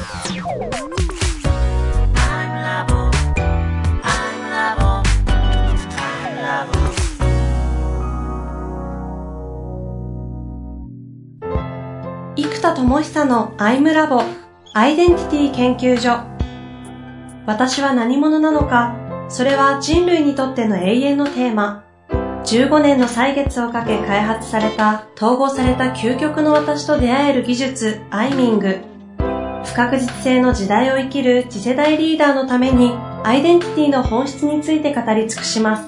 生田智久のアイムラボアイデンティティ研究所。私は何者なのか、それは人類にとっての永遠のテーマ。15年の歳月をかけ開発された統合された究極の私と出会える技術アイミング。不確実性の時代を生きる次世代リーダーのためにアイデンティティの本質について語り尽くします。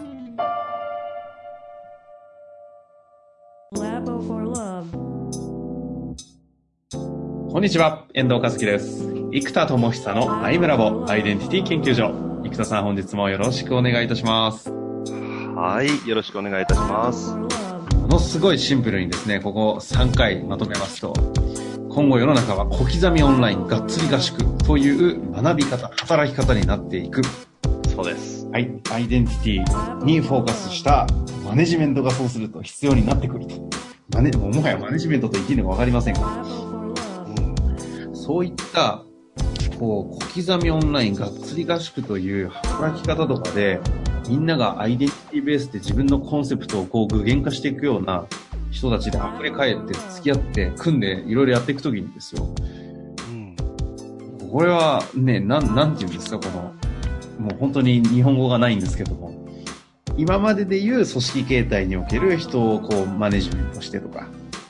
こんにちは、遠藤和樹です。生田智久のアイムラボアイデンティティ研究所。生田さん、本日もよろしくお願いいたします。 はい、よろしくお願いいたします。 ものすごいシンプルにですね、ここ3回まとめますと、今後世の中は小刻みオンラインがっつり合宿という学び方、働き方になっていく。 そうです。 はい、アイデンティティにフォーカスしたマネジメントがそうすると必要になってくると。もはやマネジメントと言っていいのか分かりませんが、そういった小刻みオンラインがっつり合宿という働き方とかで、みんながアイデンティティベースで自分のコンセプトを具現化していくような人たちで溢れ返って付き合って組んでいろいろやっていくときにですよ。これはね、なんていうんですか、もう本当に日本語がないんですけども、今まででいう組織形態における人をマネジメントしてとか、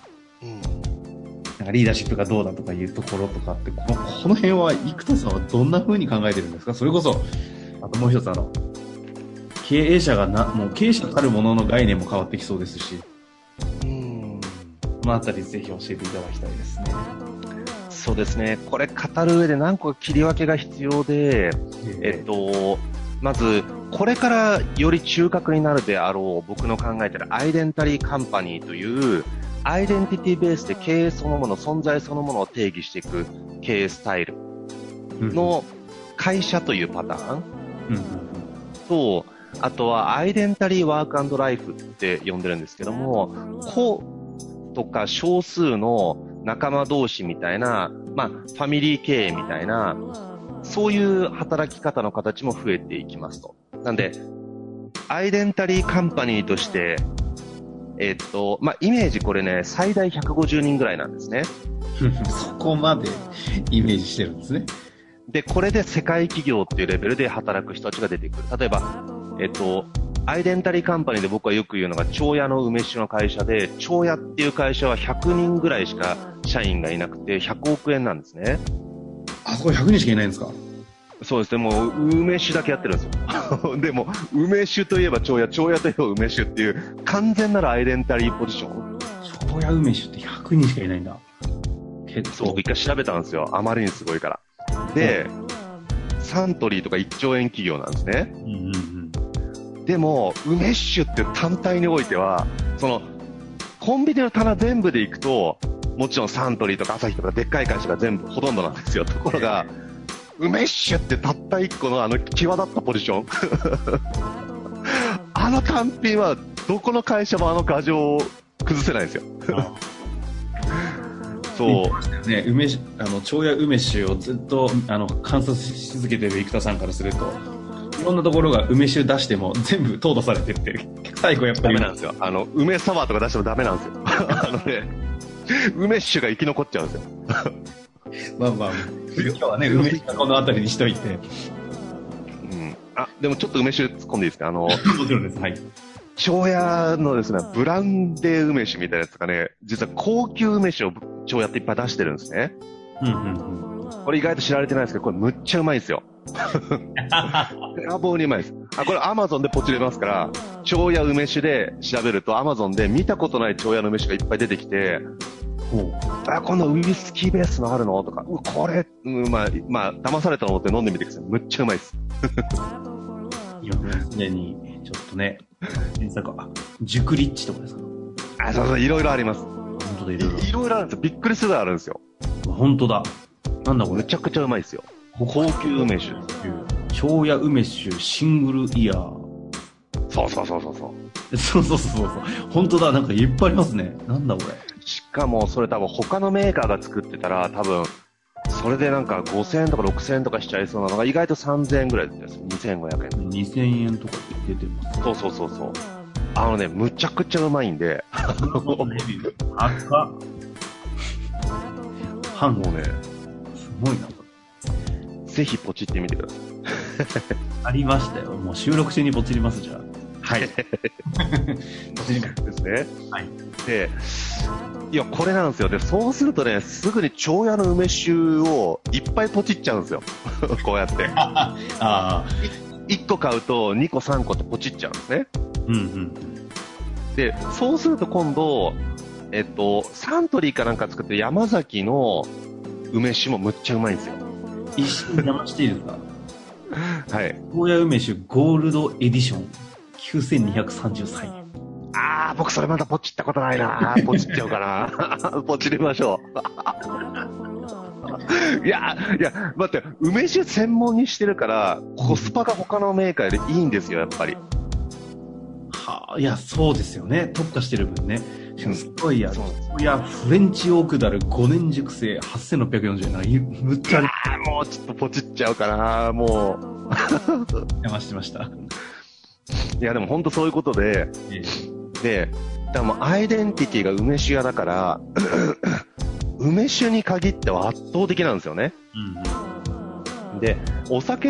リーダーシップがどうだとかいうところとかって、この辺は生田さんはどんな風に考えてるんですか？それこそ、あともう一つ経営者もう経営者たるものの概念も変わってきそうですし、このあたりぜひ教えていただきたいですね。 そうですね。これ語る上で何個か切り分けが必要で、まず、これからより中核になるであろう僕の考えているアイデンタリーカンパニーというアイデンティティベースで経営そのもの、存在そのものを定義していく経営スタイルの会社というパターンと、あとはアイデンタリーワーク&ライフって呼んでるんですけども、個とか少数の仲間同士みたいな、ファミリー経営みたいな、そういう働き方の形も増えていきますと。なんで、アイデンタリーカンパニーとして、イメージこれね、最大150人ぐらいなんですね。 そこまでイメージしてるんですね。 で、これで世界企業っていうレベルで働く人たちが出てくる。例えば、アイデンタリーカンパニーで僕はよく言うのが、長屋の梅酒の会社で、長屋っていう会社は100人ぐらいしか社員がいなくて、100億円なんですね。 あ、これ100人しかいないんですか？ そうですね、もう梅酒だけやってるんですよ。でも、梅酒といえば長屋、長屋といえば梅酒っていう、完全なるアイデンタリーポジション。 長屋梅酒って100人しかいないんだ。 そう、僕一回調べたんですよ。あまりにすごいから。で、サントリーとか1兆円企業なんですね。でも、梅酒って単体においては、コンビニの棚全部で行くと、もちろんサントリーとかアサヒとかでっかい会社が全部ほとんどなんですよ。ところが、梅酒ってたった1個の際立ったポジション。あの単品は、どこの会社も牙城を崩せないんですよ。 そうね、長屋梅酒をずっと観察し続けている生田さんからすると、いろんなところが梅酒出しても全部淘汰されてって最後やっぱりダメなんですよ。梅サワーとか出してもダメなんですよ。梅酒が生き残っちゃうんですよ。 今日はね、梅酒はこの辺りにしといて。 でもちょっと梅酒突っ込んでいいですか？もちろんです。はい。 長屋のですね、ブランデー梅酒みたいなやつがね、実は高級梅酒を長屋っていっぱい出してるんですね。これ意外と知られてないですけど、これむっちゃうまいんですよ。べらぼうにうまいです。これ Amazon でポチれますから、長屋梅酒で調べると Amazon で見たことない長屋の梅酒がいっぱい出てきて、こんなウイスキーベースのあるのとか、これ、騙されたと思って飲んでみてください。むっちゃうまいです。 今すでにちょっとね、熟リッチとかですか？ そう、いろいろあります。 本当だ、いろいろあるんですよ。びっくりするぐらいあるんですよ。 本当だ。なんだこれ。 めちゃくちゃうまいですよ。高級梅酒。 長屋梅酒シングルイヤー。 そう。 本当だ、なんかいっぱいありますね。なんだこれ。 しかもそれ多分他のメーカーが作ってたら多分それでなんか5000円とか6000円とかしちゃいそうなのが意外と3000円ぐらいです。2500円。 2000円とかって出てます。 そう。むちゃくちゃうまいんで。 赤。ハンもね、すごいな。 ぜひポチってみてください。 ありましたよ。もう収録中にポチります、じゃあ。 はい。ポチりますですね。 はい。 で、いや、これなんですよ。で、そうするとね、すぐに長屋の梅酒をいっぱいポチっちゃうんですよ。こうやって。1個買うと2個3個ってポチっちゃうんですね。で、そうすると今度、サントリーかなんか作って山崎の梅酒もむっちゃうまいんですよ。 一緒に邪魔していいですか？ はい。 ゴーヤ梅酒ゴールドエディション9233円。 僕それまだポチったことないな。ポチっちゃおうかな。ポチりましょう。いや、待って、梅酒専門にしてるから、コスパが他のメーカーよりいいんですよ、やっぱり。 いや、そうですよね。特化してる分ね。すごいや、フレンチオークダル5年熟成8640円。むっちゃもうちょっとポチっちゃうかな、もう。 邪魔してました。 いや、でも本当そういうことで、で、だからもうアイデンティティが梅酒屋だから、梅酒に限っては圧倒的なんですよね。で、お酒って、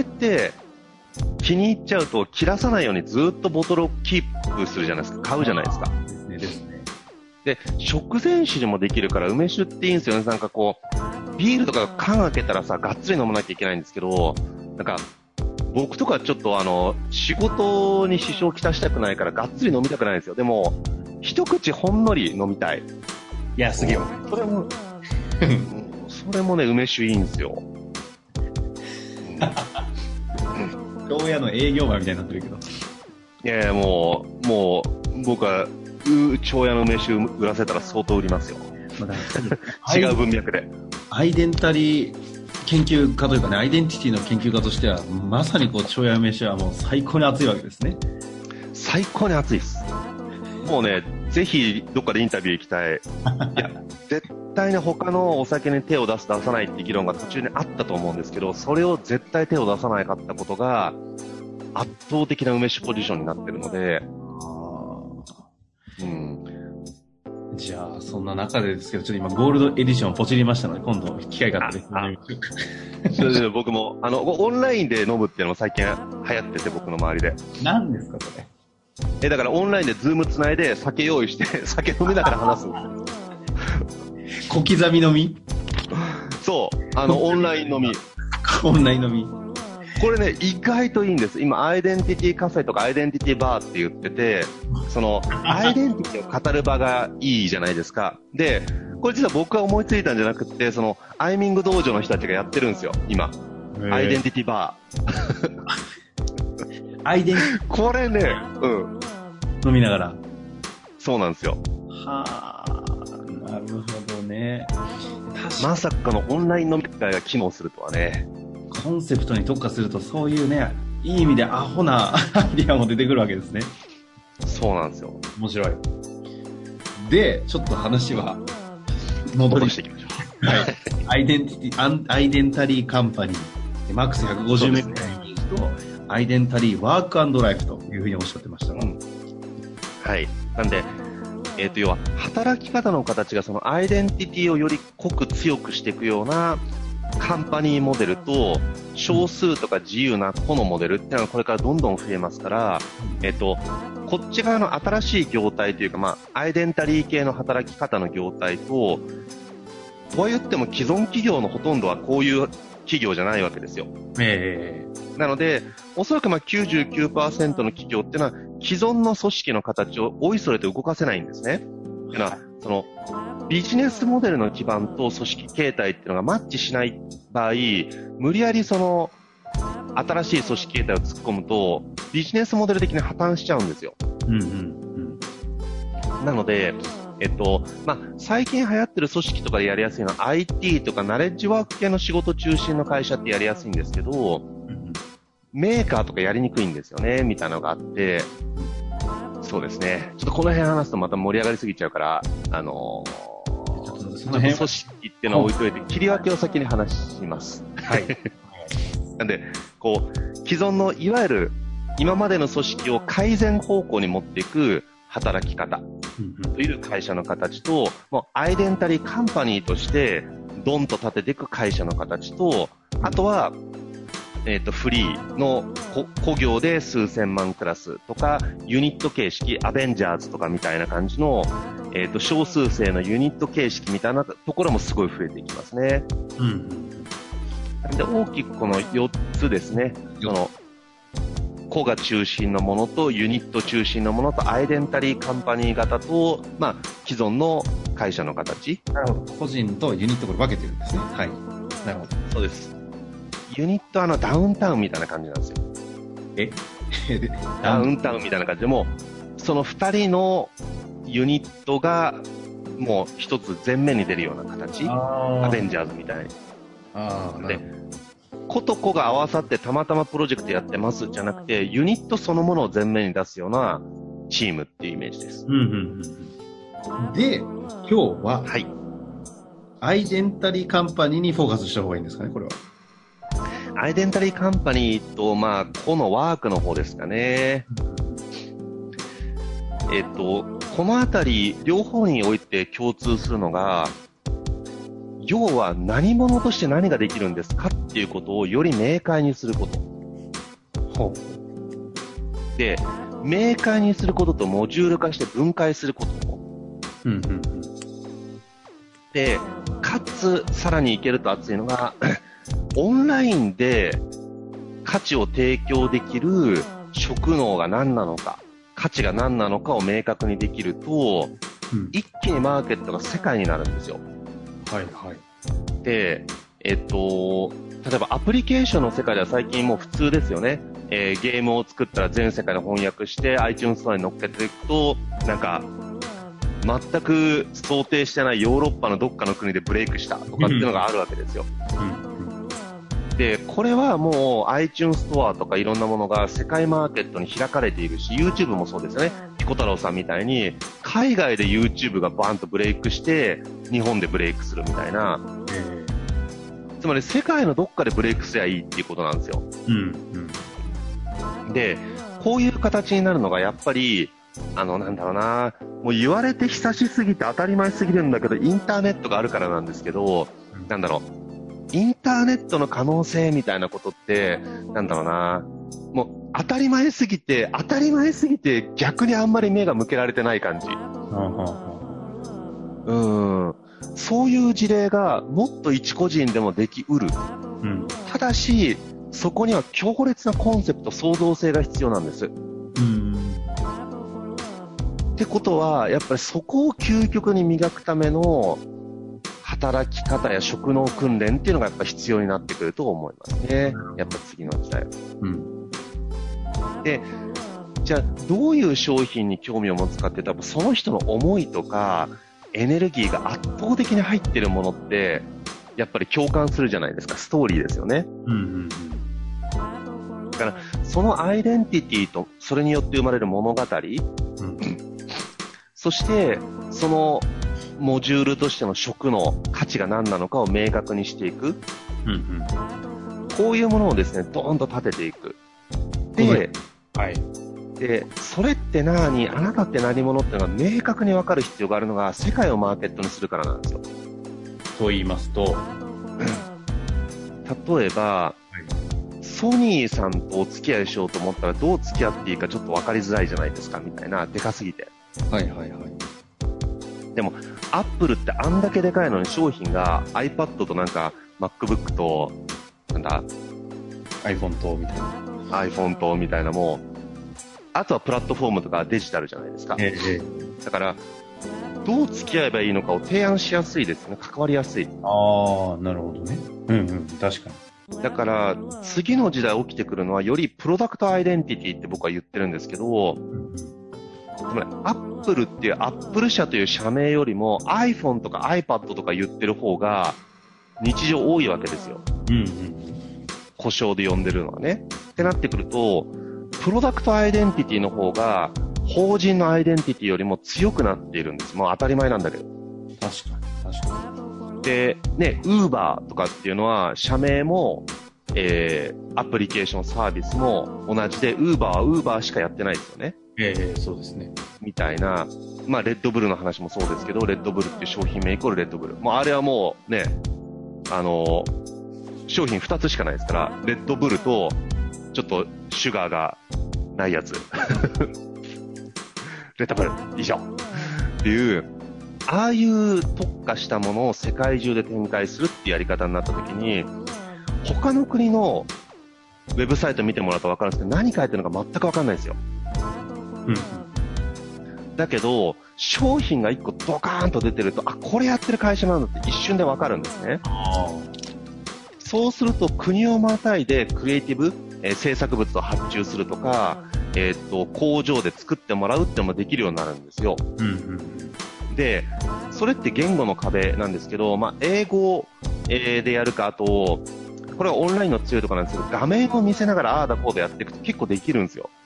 気に入っちゃうと切らさないようにずっとボトルをキープするじゃないですか。買うじゃないですか。で、食前酒にもできるから梅酒っていいんですよね。なんかこう、ビールとか缶開けたらさ、がっつり飲まなきゃいけないんですけど、なんか、僕とかちょっと仕事に支障をきたしたくないからがっつり飲みたくないんですよ。でも、一口ほんのり飲みたい。 いや、すげえわ。 それもね、梅酒いいんですよ。 長屋の営業マンみたいになってるけど。 いやいや、もう、僕は、長屋の梅酒売らせたら相当売りますよ。違う文脈で。 アイデンタリー研究家というかね、アイデンティティの研究家としては、まさにこう、長屋梅酒はもう最高に熱いわけですね。 最高に熱いです。もうね、ぜひどっかでインタビュー行きたい。いや、絶対ね、他のお酒に手を出さないって議論が途中にあったと思うんですけど、それを絶対手を出さなかったことが、圧倒的な梅酒ポジションになってるので、 じゃあ、そんな中でですけど、ちょっと今、ゴールドエディションポチりましたので、今度、機会があって、 僕も、オンラインで飲むっていうのも最近流行ってて、僕の周りで。 何ですか、これ。 だからオンラインでズームつないで酒用意して、酒飲みながら話すんですよ。 小刻み飲み？ そう、オンライン飲み。 オンライン飲み。 これね、意外といいんです。今、アイデンティティカフェとかアイデンティティバーって言ってて、アイデンティティを語る場がいいじゃないですか。で、これ実は僕が思いついたんじゃなくて、アイミング道場の人たちがやってるんですよ、今。アイデンティティバー。これね、 飲みながら。 そうなんですよ。 はぁ、なるほどね。 まさかのオンライン飲み会が機能するとはね。 コンセプトに特化すると、そういうね、いい意味でアホなアイディアも出てくるわけですね。 そうなんですよ。 面白い。で、ちょっと話は戻していきましょう。 はい。アイデンタリーカンパニー、マックス150名ぐらいにと、アイデンタリーワーク&ライフというふうにおっしゃってました。 はい。なんで、要は、働き方の形がそのアイデンティティをより濃く強くしていくようなカンパニーモデルと、少数とか自由な個のモデルっていうのはこれからどんどん増えますから、こっち側の新しい業態というか、アイデンタリー系の働き方の業態と、こう言っても既存企業のほとんどはこういう企業じゃないわけですよ。なので、おそらく99% の企業っていうのは既存の組織の形をおいそれと動かせないんですね。っていうのは、ビジネスモデルの基盤と組織形態っていうのがマッチしない場合、無理やり新しい組織形態を突っ込むと、ビジネスモデル的に破綻しちゃうんですよ。なので、最近流行ってる組織とかでやりやすいのは IT とかナレッジワーク系の仕事中心の会社ってやりやすいんですけど、メーカーとかやりにくいんですよね、みたいなのがあって、そうですね。ちょっとこの辺話すとまた盛り上がりすぎちゃうから、 そその辺組織っていうのを置いといて、切り分けを先に話します。 はい。 なんで、既存のいわゆる今までの組織を改善方向に持っていく働き方という会社の形と、もうアイデンタリーカンパニーとしてドンと立てていく会社の形と、あとは、フリーの工業で数千万クラスとか、ユニット形式、アベンジャーズとかみたいな感じの、少数生のユニット形式みたいなところもすごい増えていきますね。で、大きくこの4つですね。その個が中心のものとユニット中心のものとアイデンタリーカンパニー型と、既存の会社の形。 なるほど。個人とユニットこれ分けてるんですね。はい。なるほど。 そうです。ユニットはダウンタウンみたいな感じなんですよ。ダウンタウンみたいな感じでもう、その2人のユニットがもう一つ前面に出るような形。アベンジャーズみたいに。で、個と個が合わさってたまたまプロジェクトやってますじゃなくて、ユニットそのものを前面に出すようなチームっていうイメージです。 で、今日は、はい、アイデンタリーカンパニーにフォーカスした方がいいんですかね、これは。 アイデンタリーカンパニーと、個のワークの方ですかね。このあたり、両方において共通するのが、要は何者として何ができるんですかっていうことをより明快にすること。で、明快にすることとモジュール化して分解すること。で、かつ、さらにいけると熱いのが、オンラインで価値を提供できる職能が何なのか、価値が何なのかを明確にできると、一気にマーケットが世界になるんですよ。で、例えばアプリケーションの世界では最近もう普通ですよね。ゲームを作ったら全世界に翻訳して iTunes ストアに乗っけていくと、なんか、全く想定してないヨーロッパのどっかの国でブレイクしたとかっていうのがあるわけですよ。で、これはもう iTunes ストアとかいろんなものが世界マーケットに開かれているし、YouTube もそうですよね。ピコ太郎さんみたいに海外で YouTube がバーンとブレイクして日本でブレイクするみたいな、つまり世界のどっかでブレイクすりゃいいっていうことなんですよ。で、こういう形になるのがやっぱりなんだろうな、もう言われて久しすぎて当たり前すぎるんだけど、インターネットがあるからなんですけど、なんだろう、インターネットの可能性みたいなことって、なんだろうな、もう当たり前すぎて逆にあんまり目が向けられてない感じ。そういう事例がもっと一個人でもできうる。ただし、そこには強烈なコンセプト、創造性が必要なんです。ってことは、やっぱりそこを究極に磨くための働き方や職能訓練っていうのがやっぱ必要になってくると思いますね。やっぱ次の時代は。で、じゃあどういう商品に興味を持つかって言ったら、その人の思いとかエネルギーが圧倒的に入ってるものって、やっぱり共感するじゃないですか。ストーリーですよね。だから、そのアイデンティティと、それによって生まれる物語、そして、そのモジュールとしての職の価値が何なのかを明確にしていく。こういうものをですね、ドーンと立てていく。で、で、それって何？あなたって何者っていうのが明確に分かる必要があるのが、世界をマーケットにするからなんですよ。 と言いますと、 例えば、ソニーさんとお付き合いしようと思ったらどう付き合っていいかちょっと分かりづらいじゃないですかみたいな、でかすぎて。でも、アップルってあんだけでかいのに商品が iPad となんか MacBook と、なんだ iPhone とみたいな。 iPhone とみたいな、もう、あとはプラットフォームとかデジタルじゃないですか。だから、どう付き合えばいいのかを提案しやすいですよね。関わりやすい。 なるほどね。確かに。 だから、次の時代起きてくるのは、よりプロダクトアイデンティティって僕は言ってるんですけど、つまり、アップルっていうアップル社という社名よりも iPhone とか iPad とか言ってる方が日常多いわけですよ。呼称で呼んでるのはね。ってなってくると、プロダクトアイデンティティの方が法人のアイデンティティよりも強くなっているんです。もう当たり前なんだけど。 確かに。 で、ね、Uber とかっていうのは、社名も、アプリケーションサービスも同じで、Uber は Uber しかやってないですよね。 そうですね。 みたいな、まあ、レッドブルの話もそうですけど、レッドブルっていう商品名イコールレッドブル。もうあれはもうね、商品2つしかないですから、レッドブルと、ちょっとシュガーがないやつ。レッドブル、以上。っていう、ああいう特化したものを世界中で展開するっていうやり方になったときに、他の国のウェブサイト見てもらうと分かるんですけど、何書いてるのか全く分かんないんですよ。だけど、商品が1個ドカーンと出てると、あ、これやってる会社なんだって一瞬で分かるんですね。そうすると、国をまたいでクリエイティブ、制作物を発注するとか、工場で作ってもらうってのもできるようになるんですよ。で、それって言語の壁なんですけど、まあ、英語、でやるか、あと、これはオンラインの強いところなんですけど、画面を見せながらああだこうだやっていくと結構できるんですよ。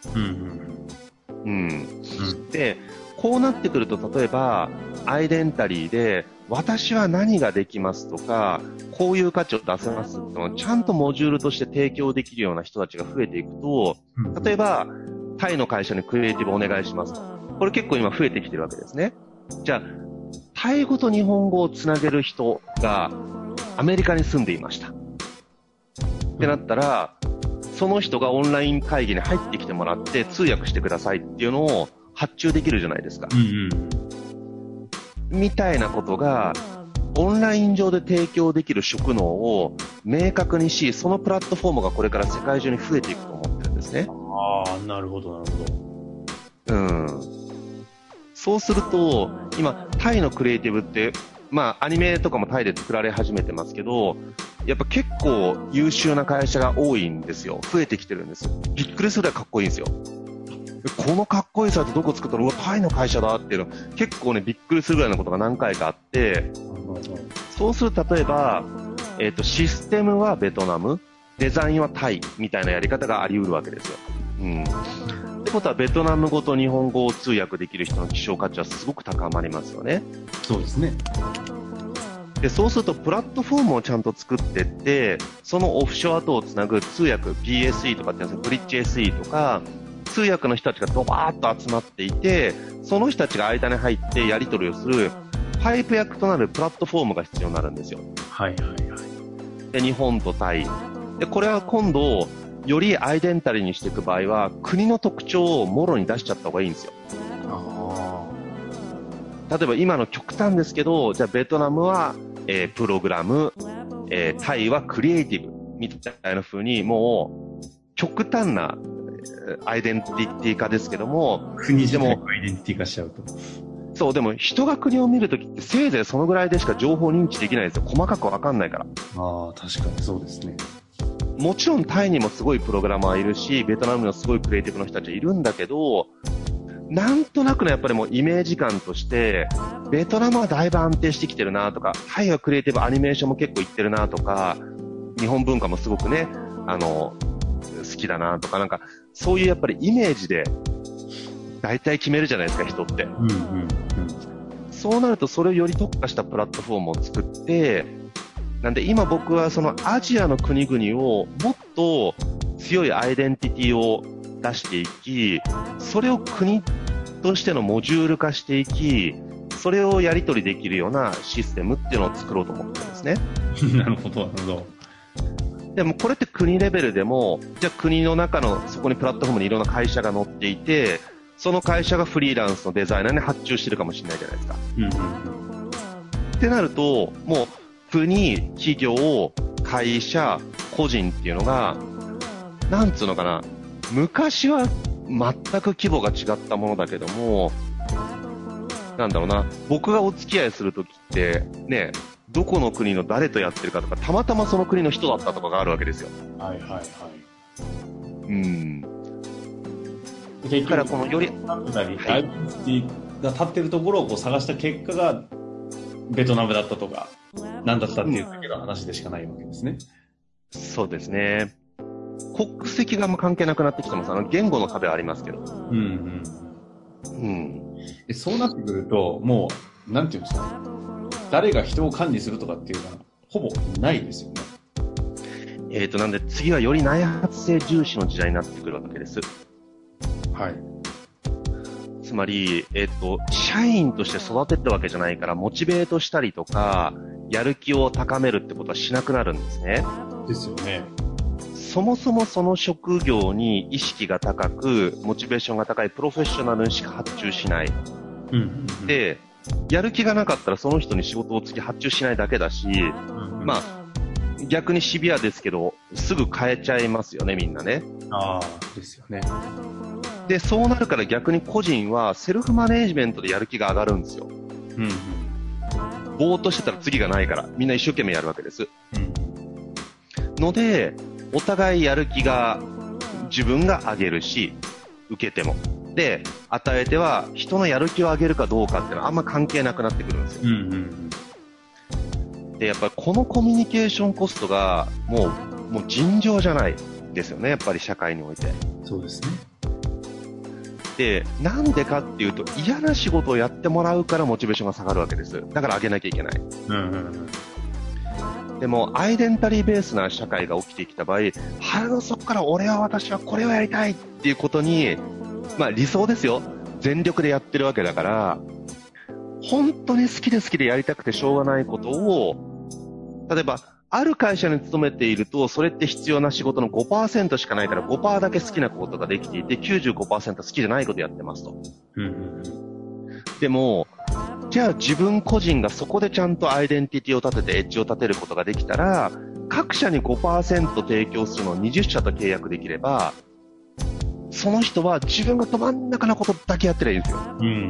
で、こうなってくると、例えば、アイデンタリーで、私は何ができますとか、こういう価値を出せますってのをちゃんとモジュールとして提供できるような人たちが増えていくと、例えば、タイの会社にクリエイティブお願いしますと。これ結構今増えてきてるわけですね。じゃあ、タイ語と日本語をつなげる人がアメリカに住んでいました。ってなったら、その人がオンライン会議に入ってきてもらって通訳してくださいっていうのを発注できるじゃないですか。みたいなことが、オンライン上で提供できる職能を明確にし、そのプラットフォームがこれから世界中に増えていくと思ってるんですね。 なるほど、なるほど。 そうすると、今、タイのクリエイティブって、まあ、アニメとかもタイで作られ始めてますけど、やっぱ結構優秀な会社が多いんですよ。増えてきてるんですよ。びっくりするぐらいかっこいいんですよ。このかっこいいさってどこ作ったら、うわ、タイの会社だっていうの、結構ね、びっくりするぐらいのことが何回かあって、そうすると例えば、システムはベトナム、デザインはタイみたいなやり方があり得るわけですよ。ってことは、ベトナム語と日本語を通訳できる人の希少価値はすごく高まりますよね。 そうですね。 で、そうすると、プラットフォームをちゃんと作っていって、そのオフショアとをつなぐ通訳、PSE とかって言うんですよ、ブリッジ SE とか、通訳の人たちがドバーッと集まっていて、その人たちが間に入ってやり取りをする、パイプ役となるプラットフォームが必要になるんですよ。で、日本とタイ。で、これは今度、よりアイデンタリーにしていく場合は、国の特徴をもろに出しちゃった方がいいんですよ。例えば今の極端ですけど、じゃあベトナムは、プログラム、タイはクリエイティブみたいな風に、もう極端なアイデンティティ化ですけども、 国自体がアイデンティティ化しちゃうと。 そう、でも人が国を見るときってせいぜいそのぐらいでしか情報認知できないですよ。細かくわかんないから。 確かにそうですね。 もちろんタイにもすごいプログラマーいるし、ベトナムにもすごいクリエイティブの人たちいるんだけど、なんとなくのやっぱりもうイメージ感として、ベトナムはだいぶ安定してきてるなとか、タイはクリエイティブアニメーションも結構いってるなとか、日本文化もすごくね、好きだなとか、なんか、そういうやっぱりイメージで、大体決めるじゃないですか、人って。そうなると、それをより特化したプラットフォームを作って、なんで今僕はそのアジアの国々をもっと強いアイデンティティを出していき、それを国としてのモジュール化していき、それをやり取りできるようなシステムっていうのを作ろうと思ってるんですね。 なるほど、なるほど。 でもこれって国レベルでも、じゃあ国の中のそこにプラットフォームにいろんな会社が載っていて、その会社がフリーランスのデザイナーに発注してるかもしれないじゃないですか。ってなると、もう国、企業、会社、個人っていうのが、なんつうのかな、昔は全く規模が違ったものだけども、なんだろうな、僕がお付き合いするときって、ね、どこの国の誰とやってるかとか、たまたまその国の人だったとかがあるわけですよ。だからこのより、 アイデンティティが立ってるところをこう探した結果が、ベトナムだったとか、なんだったっていうだけの話でしかないわけですね。 そうですね。国籍が関係なくなってきてます。言語の壁はありますけど。 そうなってくると、もう、なんていうんですか、 誰が人を管理するとかっていうのはほぼないですよね。 なんで次はより内発性重視の時代になってくるわけです。 はい。 つまり、社員として育てたわけじゃないから、モチベートしたりとか、やる気を高めるってことはしなくなるんですね。 ですよね。 そもそもその職業に意識が高く、モチベーションが高いプロフェッショナルにしか発注しない。で、やる気がなかったらその人に仕事を次発注しないだけだし、まあ、逆にシビアですけど、すぐ変えちゃいますよね、みんなね。 ああ、ですよね。 で、そうなるから逆に個人はセルフマネージメントでやる気が上がるんですよ。ぼーっとしてたら次がないから、みんな一生懸命やるわけです。ので、お互いやる気が自分が上げるし、受けても。で、与えては人のやる気を上げるかどうかっていうのはあんま関係なくなってくるんですよ。で、やっぱりこのコミュニケーションコストがもう尋常じゃないですよね、やっぱり社会において。 そうですね。 で、なんでかっていうと、嫌な仕事をやってもらうからモチベーションが下がるわけです。だから上げなきゃいけない。でも、アイデンタリーベースな社会が起きてきた場合、腹の底から私はこれをやりたいっていうことに、まあ理想ですよ。全力でやってるわけだから、本当に好きでやりたくてしょうがないことを、例えば、ある会社に勤めていると、それって必要な仕事の 5% しかないから 5% だけ好きなことができていて、95% 好きじゃないことやってますと。でも、じゃあ自分個人がそこでちゃんとアイデンティティを立ててエッジを立てることができたら、各社に 5% 提供するのを20社と契約できれば、その人は自分がど真ん中のことだけやってりゃいいんですよ。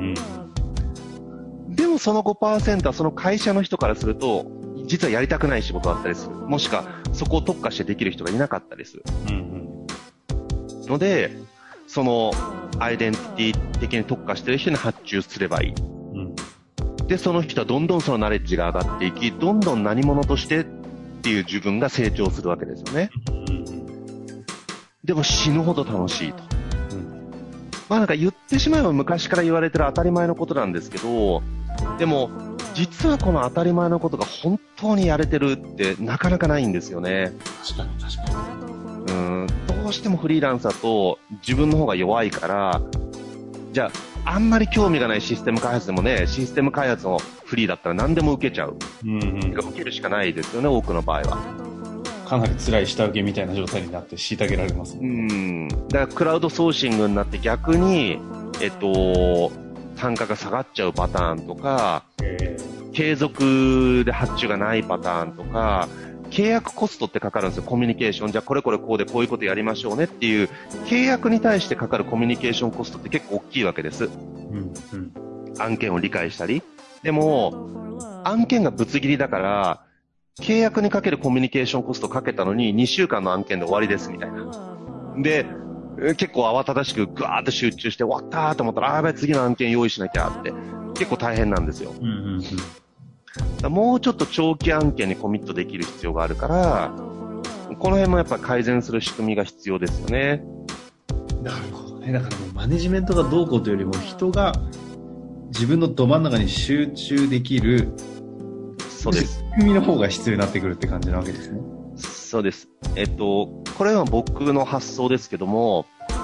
でもその 5% はその会社の人からすると、実はやりたくない仕事だったりする。もしくはそこを特化してできる人がいなかったりする。ので、そのアイデンティティ的に特化している人に発注すればいい。で、その人はどんどんそのナレッジが上がっていき、どんどん何者としてっていう自分が成長するわけですよね。でも死ぬほど楽しいと。まあなんか言ってしまえば昔から言われてる当たり前のことなんですけど、でも実はこの当たり前のことが本当にやれてるってなかなかないんですよね。 確かに。 どうしてもフリーランスだと自分の方が弱いから、じゃああんまり興味がないシステム開発でもね、システム開発のフリーだったら何でも受けちゃう。受けるしかないですよね、多くの場合は。 かなり辛い下請けみたいな状態になって虐げられます。 だからクラウドソーシングになって逆に、単価が下がっちゃうパターンとか、継続で発注がないパターンとか、契約コストってかかるんですよ、コミュニケーション。じゃあこれこうでこういうことやりましょうねっていう、契約に対してかかるコミュニケーションコストって結構大きいわけです。案件を理解したり。でも、案件がぶつ切りだから、契約にかけるコミュニケーションコストかけたのに2週間の案件で終わりですみたいな。で、結構慌ただしくぐわーっと集中して終わったーと思ったら、やばい次の案件用意しなきゃって結構大変なんですよ。もうちょっと長期案件にコミットできる必要があるから、この辺もやっぱ改善する仕組みが必要ですよね。 なるほどね。だからもうマネジメントがどうこうというよりも人が自分のど真ん中に集中できる、 そうです。 仕組みの方が必要になってくるって感じなわけですね。 そうです。これは僕の発想ですけども、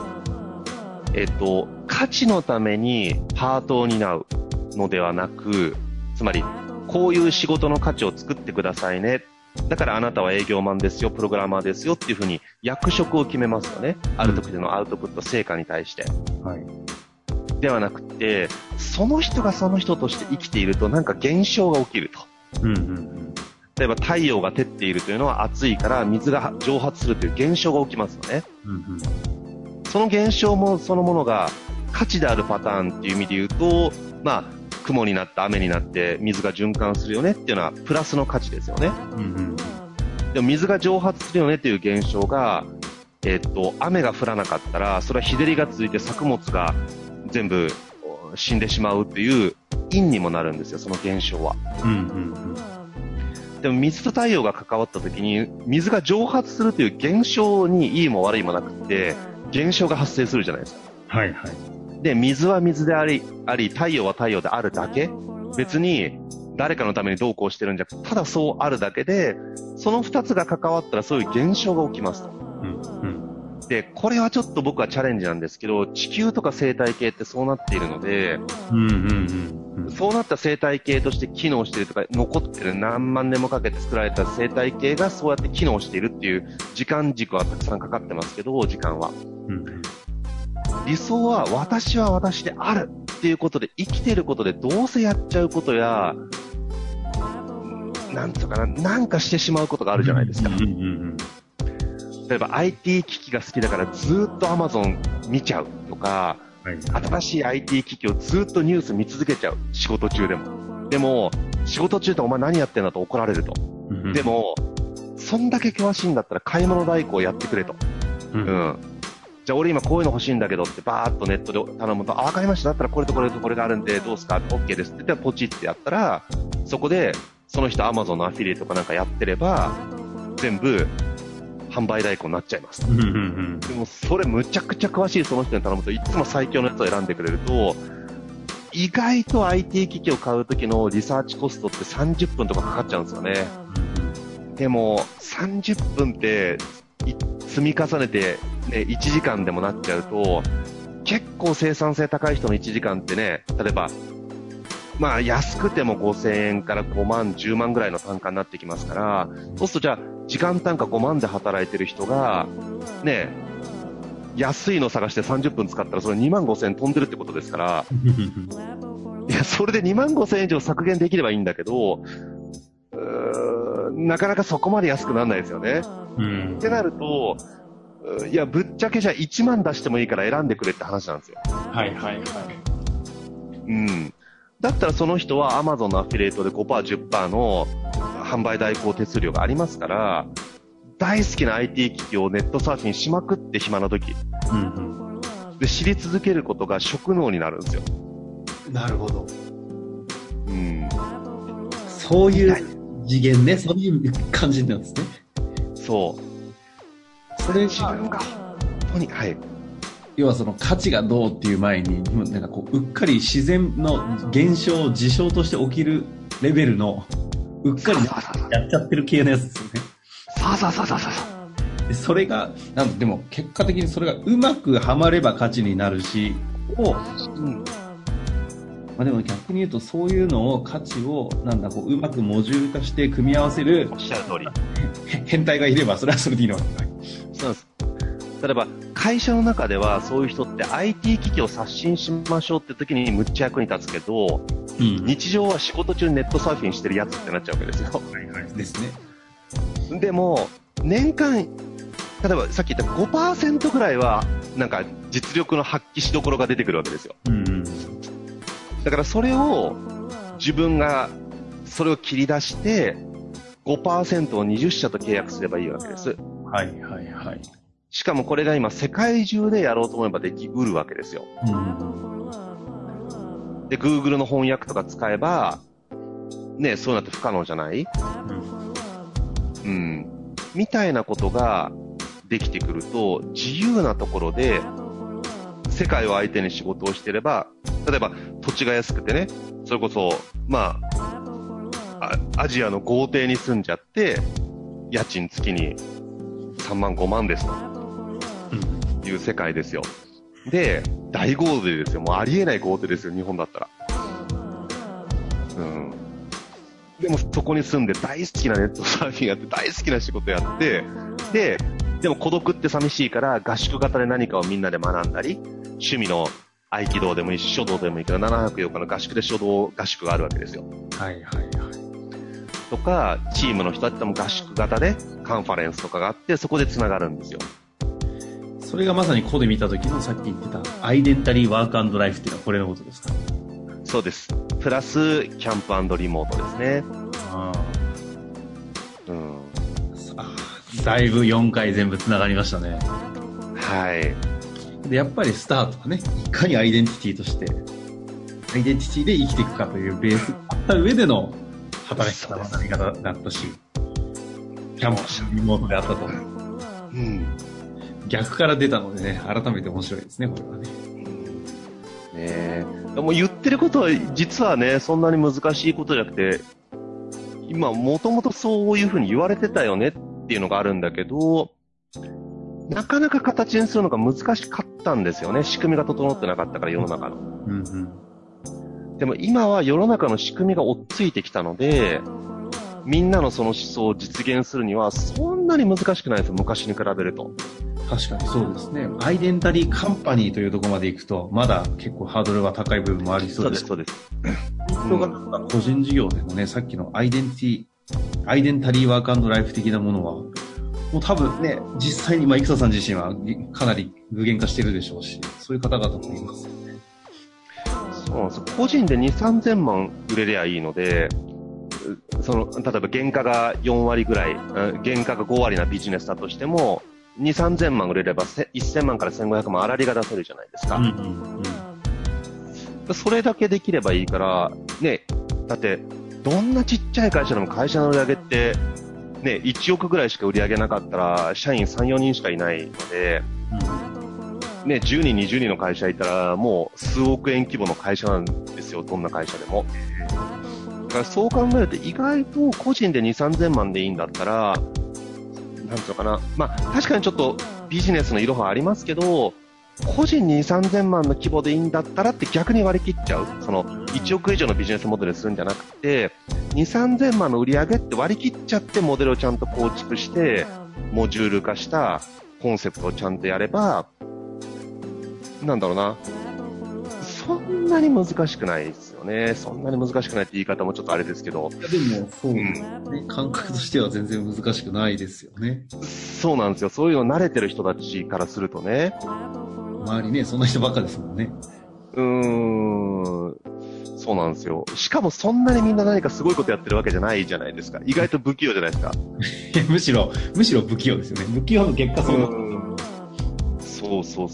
価値のためにパートを担うのではなく、つまり、こういう仕事の価値を作ってくださいね。だからあなたは営業マンですよ、プログラマーですよっていうふうに役職を決めますよね。ある時でのアウトプット、成果に対して。ではなくて、その人がその人として生きているとなんか現象が起きると。例えば太陽が照っているというのは暑いから水が蒸発するという現象が起きますよね。その現象もそのものが価値であるパターンっていう意味で言うと、まあ、雲になって雨になって水が循環するよねっていうのはプラスの価値ですよね。でも水が蒸発するよねっていう現象が、雨が降らなかったらそれは日照りが続いて作物が全部死んでしまうっていう因にもなるんですよ、その現象は。でも水と太陽が関わった時に水が蒸発するという現象にいいも悪いもなくて現象が発生するじゃないですか。で、水は水であり太陽は太陽であるだけ。別に誰かのためにどうこうしてるんじゃなくて、ただそうあるだけで、その2つが関わったらそういう現象が起きますと。で、これはちょっと僕はチャレンジなんですけど、地球とか生態系ってそうなっているので、そうなった生態系として機能しているとか、残ってる何万年もかけて作られた生態系がそうやって機能しているっていう時間軸はたくさんかかってますけど、時間は。理想は私であるっていうことで、生きてることでどうせやっちゃうことや、なんとかな、なんかしてしまうことがあるじゃないですか。例えば IT 機器が好きだからずっと Amazon 見ちゃうとか、新しい IT 機器をずっとニュース見続けちゃう。仕事中でも。でも、仕事中ってお前何やってんだと怒られると。でも、そんだけ詳しいんだったら買い物代行やってくれと。じゃあ俺今こういうの欲しいんだけどってバーっとネットで頼むと、わかりました。だったらこれとこれとこれがあるんでどうすか ?OK ですって言ってポチってやったら、そこでその人 Amazon のアフィリエイトとかなんかやってれば、全部販売代行になっちゃいます。でもそれむちゃくちゃ詳しいその人に頼むといつも最強のやつを選んでくれると、意外と IT 機器を買う時のリサーチコストって30分とかかかっちゃうんですよね。でも30分って積み重ねて、ね、1時間でもなっちゃうと結構生産性高い人の1時間ってね、例えばまあ安くても5000円から5万、10万ぐらいの単価になってきますから、そうするとじゃあ時間単価5万で働いてる人がね、安いの探して30分使ったらそれ2万5000円飛んでるってことですからいや、それで2万5000円以上削減できればいいんだけど、なかなかそこまで安くならないですよね。ってなると、いや、ぶっちゃけじゃあ1万出してもいいから選んでくれって話なんですよ。だったらその人は Amazon のアフィリエイトで 5%、10% の販売代行手数料がありますから、大好きな IT 機器をネットサーフィンしまくって暇な時、で知り続けることが職能になるんですよ。 なるほど。そういう次元ね、そういう感じなんですね。 そう。それ自分が本当に、 要はその価値がどうっていう前に、なんかこう、うっかり自然の現象、事象として起きるレベルの、うっかりやっちゃってる系のやつですよね。でそれが、でも結果的にそれがうまくはまれば価値になるし、まあでも逆に言うとそういうのを価値をこううまくモジュール化して組み合わせるおっしゃる通り変態がいればそれはそれでいいのか。 そうです。例えば会社の中ではそういう人って IT 機器を刷新しましょうって時にむっちゃ役に立つけど、日常は仕事中にネットサーフィンしてるやつってなっちゃうわけですよ。 ですね。でも年間例えばさっき言った 5% ぐらいはなんか実力の発揮しどころが出てくるわけですよ。だからそれを自分がそれを切り出して 5% を20社と契約すればいいわけです。しかもこれが今世界中でやろうと思えばできうるわけですよ。で Google の翻訳とか使えばね、そういうのって不可能じゃない？みたいなことができてくると自由なところで世界を相手に仕事をしていれば、例えば土地が安くてね、それこそアジアの豪邸に住んじゃって家賃月に3万5万ですという世界ですよ。で大豪邸ですよ。もうありえない豪邸ですよ、日本だったら。でもそこに住んで大好きなネットサーフィンやって大好きな仕事やって、でも孤独って寂しいから合宿型で何かをみんなで学んだり、趣味の合気道でもいいし書道でもいいから7泊8日の合宿で書道合宿があるわけですよ。とかチームの人だっても合宿型でカンファレンスとかがあってそこでつながるんですよ。 それがまさにここで見た時のさっき言ってたアイデンタリーワーク&ライフっていうのはこれのことですか？ そうです。プラスキャンプ&リモートですね。 だいぶ4回全部つながりましたね。でやっぱりスタートはね、いかにアイデンティティとしてアイデンティティで生きていくかというベースがあった上での働き方の学び方だったし、キャンプリモートであったと、逆から出たのでね、改めて面白いですね、これはね。 もう言ってることは実はね、そんなに難しいことじゃなくて、今もともとそういうふうに言われてたよねっていうのがあるんだけど、なかなか形にするのが難しかったんですよね。仕組みが整ってなかったから、世の中の。 うんうん、 でも今は世の中の仕組みが追っついてきたので、みんなのその思想を実現するにはそんなに難しくないですよ、昔に比べると。 確かにそうですね。アイデンタリーカンパニーというところまで行くと、まだ結構ハードルは高い部分もありそうです。 そうです、そうです。 人が個人事業でもね、さっきのアイデンタリーワーク&ライフ的なものは、もう多分ね、実際に、生田さん自身はかなり具現化してるでしょうし、そういう方々もいますよね。 そうなんですよ。個人で2、3000万売れりゃいいので、例えば原価が4割ぐらい、原価が5割なビジネスだとしても、2、3000万売れれば1000万から1500万粗利が出せるじゃないですか。それだけできればいいから、ね、だって、どんなちっちゃい会社でも会社の売り上げって、ね、1億ぐらいしか売り上げなかったら、社員3、4人しかいないので、ね、10人、20人の会社いたら、もう数億円規模の会社なんですよ、どんな会社でも。だからそう考えると、意外と個人で2、3000万でいいんだったら、なんていうのかな、確かにちょっとビジネスの色はありますけど、個人に2、3000万の規模でいいんだったらって逆に割り切っちゃう。その1億以上のビジネスモデルにするんじゃなくて、2、3000万の売り上げって割り切っちゃってモデルをちゃんと構築して、モジュール化したコンセプトをちゃんとやれば、なんだろうな、そんなに難しくないですよね。そんなに難しくないって言い方もちょっとあれですけど。 いやでもそうですね、感覚としては全然難しくないですよね。 そうなんですよ。そういうの慣れてる人たちからするとね。 周りね、そんな人ばっかですもんね。 そうなんですよ。しかもそんなにみんな何かすごいことやってるわけじゃないじゃないですか。意外と不器用じゃないですか。 むしろ不器用ですよね。不器用の結果そうなそう。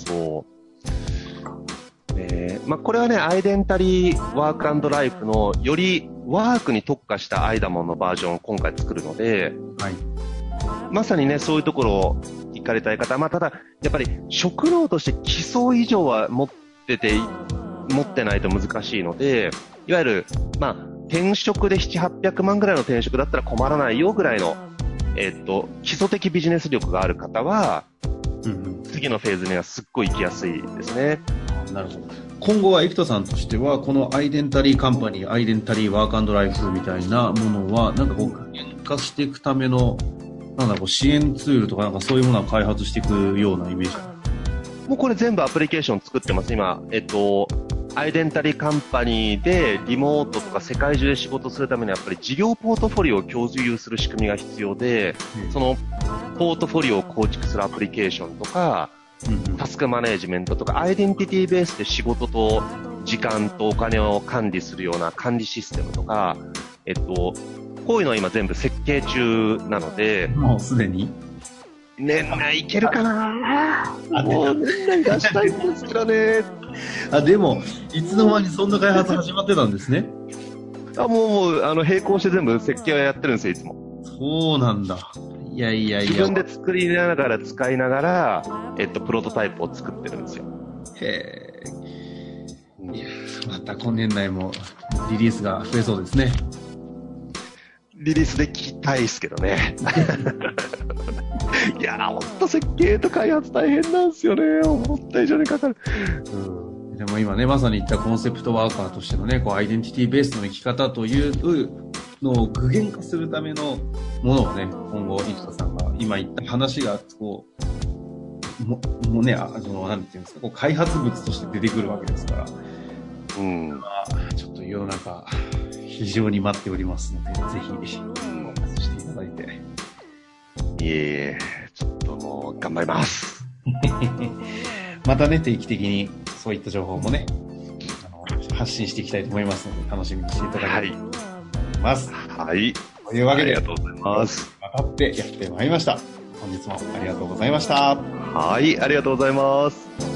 これはね、アイデンタリーワーク&ライフのよりワークに特化したアイダモンのバージョンを今回作るので、 はい、 まさにね、そういうところを行かれたい方、ただ、やっぱり職能として基礎以上は持ってないと難しいので、いわゆる、転職で7、800万ぐらいの転職だったら困らないよぐらいの、基礎的ビジネス力がある方は、次のフェーズにはすっごい行きやすいですね。 なるほど。今後は生田さんとしては、このアイデンタリーカンパニー、アイデンタリーワーク&ライフみたいなものは、なんかこう、具現化していくための、支援ツールとかそういうものを開発していくようなイメージ。 もうこれ全部アプリケーション作ってます。今、アイデンタリーカンパニーでリモートとか世界中で仕事するためにやっぱり事業ポートフォリオを共有する仕組みが必要で、そのポートフォリオを構築するアプリケーションとか、タスクマネージメントとか、アイデンティティベースで仕事と時間とお金を管理するような管理システムとか、こういうのは今全部設計中なので、 もうすでに年内いけるかな。もう年内出したいんですけどね。 でもいつの間にそんな開発始まってたんですね。 もう並行して全部設計はやってるんですよ、いつも。 そうなんだ。いや。 自分で作りながら使いながら、プロトタイプを作ってるんですよ。 へー。いや、また今年内もリリースが増えそうですね。 リリースできたいですけどね。いやー、ほんと設計と開発大変なんですよね。思った以上にかかる。 でも今ね、まさに言ったコンセプトワーカーとしてのね、アイデンティティベースの生き方というのを具現化するためのものをね、今後、生田さんが今言った話が、もうね、なんていうんですか、開発物として出てくるわけですから、ちょっと世の中、非常に待っておりますので、ぜひ、フォーカスしていただいて。 ちょっともう、頑張ります。 またね、定期的にそういった情報もね、発信していきたいと思いますので、楽しみにしていただきたいと思います。 はい。 というわけで、 ありがとうございます。 分かってやってまいりました。本日もありがとうございました。 はい、ありがとうございます。